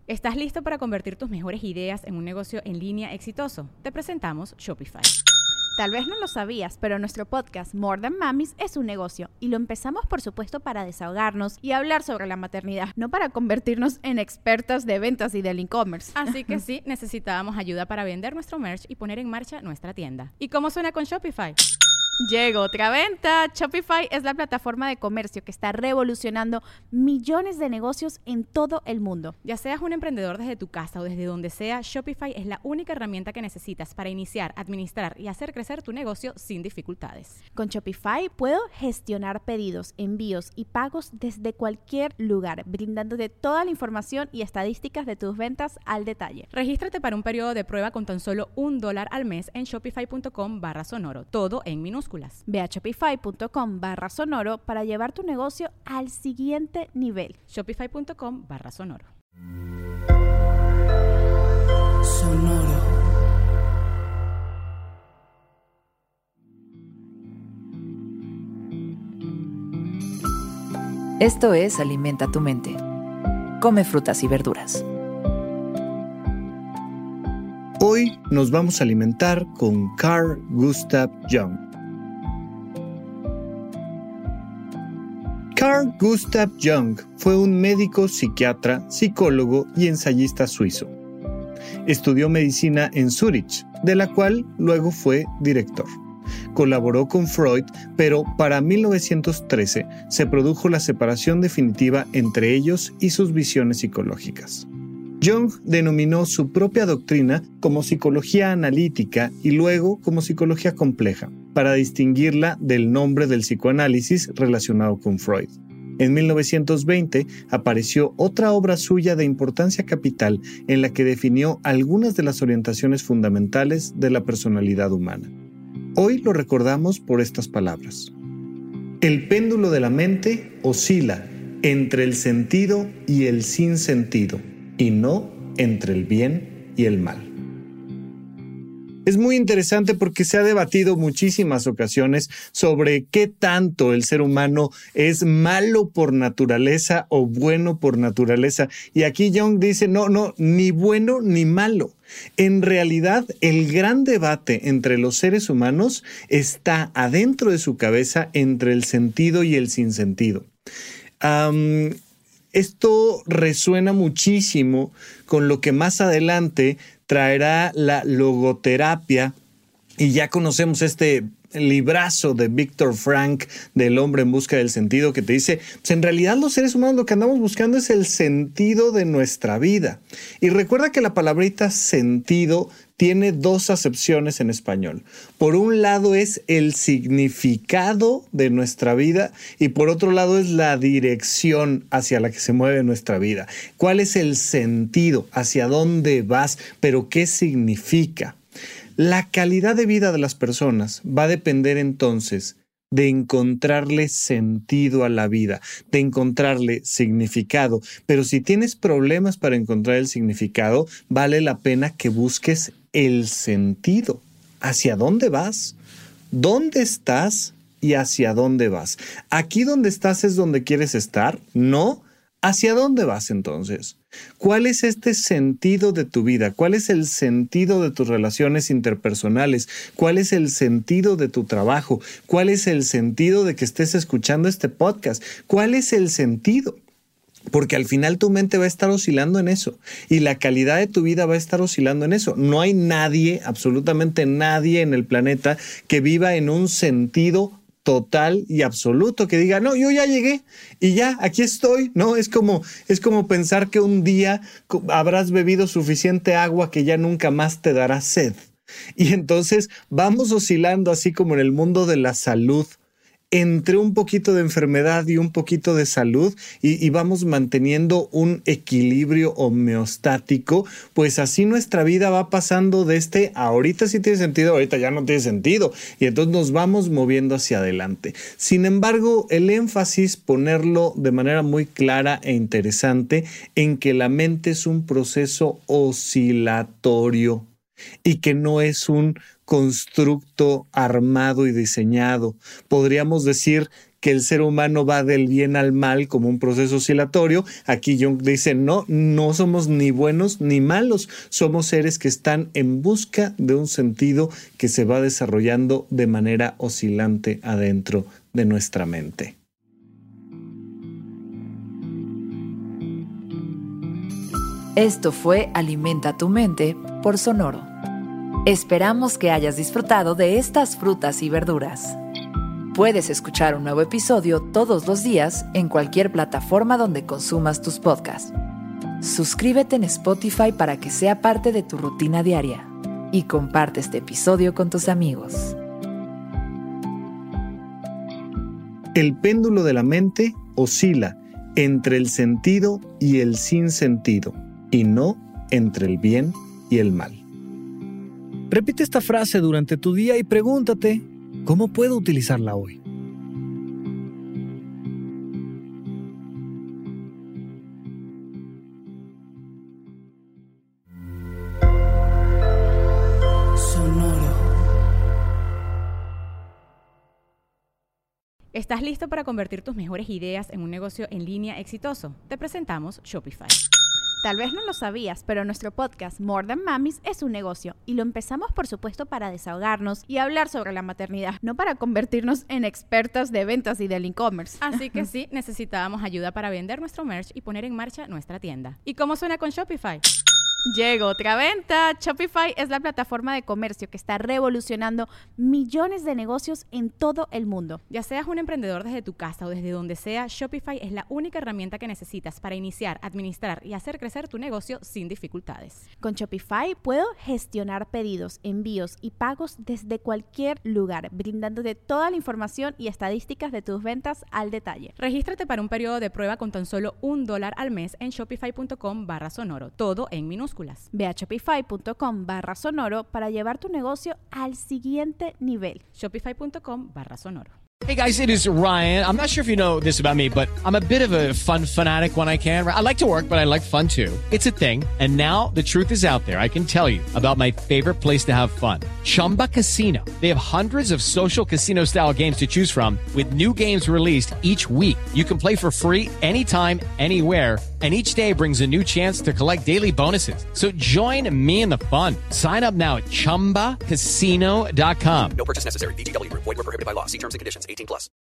¿Estás listo para convertir tus mejores ideas en un negocio en línea exitoso? Te presentamos Shopify. Tal vez no lo sabías, pero nuestro podcast More Than Mamis es un negocio y lo empezamos por supuesto para desahogarnos y hablar sobre la maternidad, no para convertirnos en expertas de ventas y del e-commerce. Así que sí, necesitábamos ayuda para vender nuestro merch y poner en marcha nuestra tienda. ¿Y cómo suena con Shopify? Llegó otra venta. Shopify es la plataforma de comercio que está revolucionando millones de negocios en todo el mundo. Ya seas un emprendedor desde tu casa o desde donde sea, Shopify es la única herramienta que necesitas para iniciar, administrar y hacer crecer tu negocio sin dificultades. Con Shopify puedo gestionar pedidos, envíos y pagos desde cualquier lugar, brindándote toda la información y estadísticas de tus ventas al detalle. Regístrate para un periodo de prueba con tan solo $1 al mes en shopify.com/sonoro, todo en minúsculas. Ve a shopify.com/sonoro para llevar tu negocio al siguiente nivel. Shopify.com/sonoro. Sonoro. Esto es Alimenta tu mente. Come frutas y verduras. Hoy nos vamos a alimentar con Carl Gustav Jung. Carl Gustav Jung fue un médico, psiquiatra, psicólogo y ensayista suizo. Estudió medicina en Zúrich, de la cual luego fue director. Colaboró con Freud, pero para 1913 se produjo la separación definitiva entre ellos y sus visiones psicológicas. Jung denominó su propia doctrina como psicología analítica y luego como psicología compleja, para distinguirla del nombre del psicoanálisis relacionado con Freud. En 1920 apareció otra obra suya de importancia capital en la que definió algunas de las orientaciones fundamentales de la personalidad humana. Hoy lo recordamos por estas palabras. El péndulo de la mente oscila entre el sentido y el sinsentido, y no entre el bien y el mal. Es muy interesante porque se ha debatido muchísimas ocasiones sobre qué tanto el ser humano es malo por naturaleza o bueno por naturaleza. Y aquí Jung dice, no, ni bueno ni malo. En realidad, el gran debate entre los seres humanos está adentro de su cabeza entre el sentido y el sinsentido. Esto resuena muchísimo con lo que más adelante traerá la logoterapia, y ya conocemos este librazo de Viktor Frankl del hombre en busca del sentido, que te dice, pues en realidad los seres humanos lo que andamos buscando es el sentido de nuestra vida. Y recuerda que la palabrita sentido tiene dos acepciones en español. Por un lado es el significado de nuestra vida y por otro lado es la dirección hacia la que se mueve nuestra vida. ¿Cuál es el sentido? ¿Hacia dónde vas? ¿Pero qué significa? La calidad de vida de las personas va a depender entonces de encontrarle sentido a la vida, de encontrarle significado. Pero si tienes problemas para encontrar el significado, vale la pena que busques el sentido. ¿Hacia dónde vas? ¿Dónde estás y hacia dónde vas? ¿Aquí donde estás es donde quieres estar? No. ¿Hacia dónde vas entonces? ¿Cuál es este sentido de tu vida? ¿Cuál es el sentido de tus relaciones interpersonales? ¿Cuál es el sentido de tu trabajo? ¿Cuál es el sentido de que estés escuchando este podcast? ¿Cuál es el sentido? Porque al final tu mente va a estar oscilando en eso y la calidad de tu vida va a estar oscilando en eso. No hay nadie, absolutamente nadie en el planeta que viva en un sentido total y absoluto, que diga, no, yo ya llegué y ya, aquí estoy. No, es como pensar que un día habrás bebido suficiente agua que ya nunca más te dará sed. Y entonces vamos oscilando así como en el mundo de la salud, entre un poquito de enfermedad y un poquito de salud y vamos manteniendo un equilibrio homeostático, pues así nuestra vida va pasando de ahorita sí tiene sentido, ahorita ya no tiene sentido y entonces nos vamos moviendo hacia adelante. Sin embargo, el énfasis ponerlo de manera muy clara e interesante en que la mente es un proceso oscilatorio y que no es un constructo armado y diseñado. Podríamos decir que el ser humano va del bien al mal como un proceso oscilatorio. Aquí Jung dice, no somos ni buenos ni malos, somos seres que están en busca de un sentido que se va desarrollando de manera oscilante adentro de nuestra mente. Esto fue Alimenta tu mente por Sonoro. Esperamos que hayas disfrutado de estas frutas y verduras. Puedes escuchar un nuevo episodio todos los días en cualquier plataforma donde consumas tus podcasts. Suscríbete en Spotify para que sea parte de tu rutina diaria y comparte este episodio con tus amigos. El péndulo de la mente oscila entre el sentido y el sinsentido, y no entre el bien y el mal. Repite esta frase durante tu día y pregúntate, ¿cómo puedo utilizarla hoy? Sonoro. ¿Estás listo para convertir tus mejores ideas en un negocio en línea exitoso? Te presentamos Shopify. Tal vez no lo sabías, pero nuestro podcast More Than Mamis es un negocio y lo empezamos por supuesto para desahogarnos y hablar sobre la maternidad, no para convertirnos en expertas de ventas y del e-commerce. Así que sí, necesitábamos ayuda para vender nuestro merch y poner en marcha nuestra tienda. ¿Y cómo suena con Shopify? Llegó otra venta. Shopify es la plataforma de comercio que está revolucionando millones de negocios en todo el mundo. Ya seas un emprendedor desde tu casa o desde donde sea, Shopify es la única herramienta que necesitas para iniciar, administrar y hacer crecer tu negocio sin dificultades. Con Shopify puedo gestionar pedidos, envíos y pagos desde cualquier lugar, brindándote toda la información y estadísticas de tus ventas al detalle. Regístrate para un periodo de prueba con tan solo $1 al mes en shopify.com/sonoro, todo en minúsculas. Ve a shopify.com/sonoro para llevar tu negocio al siguiente nivel. Shopify.com/sonoro. Hey guys, it is Ryan. I'm not sure if you know this about me, but I'm a bit of a fun fanatic when I can. I like to work, but I like fun too. It's a thing. And now the truth is out there. I can tell you about my favorite place to have fun. Chumba Casino. They have hundreds of social casino style games to choose from with new games released each week. You can play for free anytime, anywhere. And each day brings a new chance to collect daily bonuses. So join me in the fun. Sign up now at ChumbaCasino.com. No purchase necessary. VGW Group. Void where prohibited by law. See terms and conditions. 18+.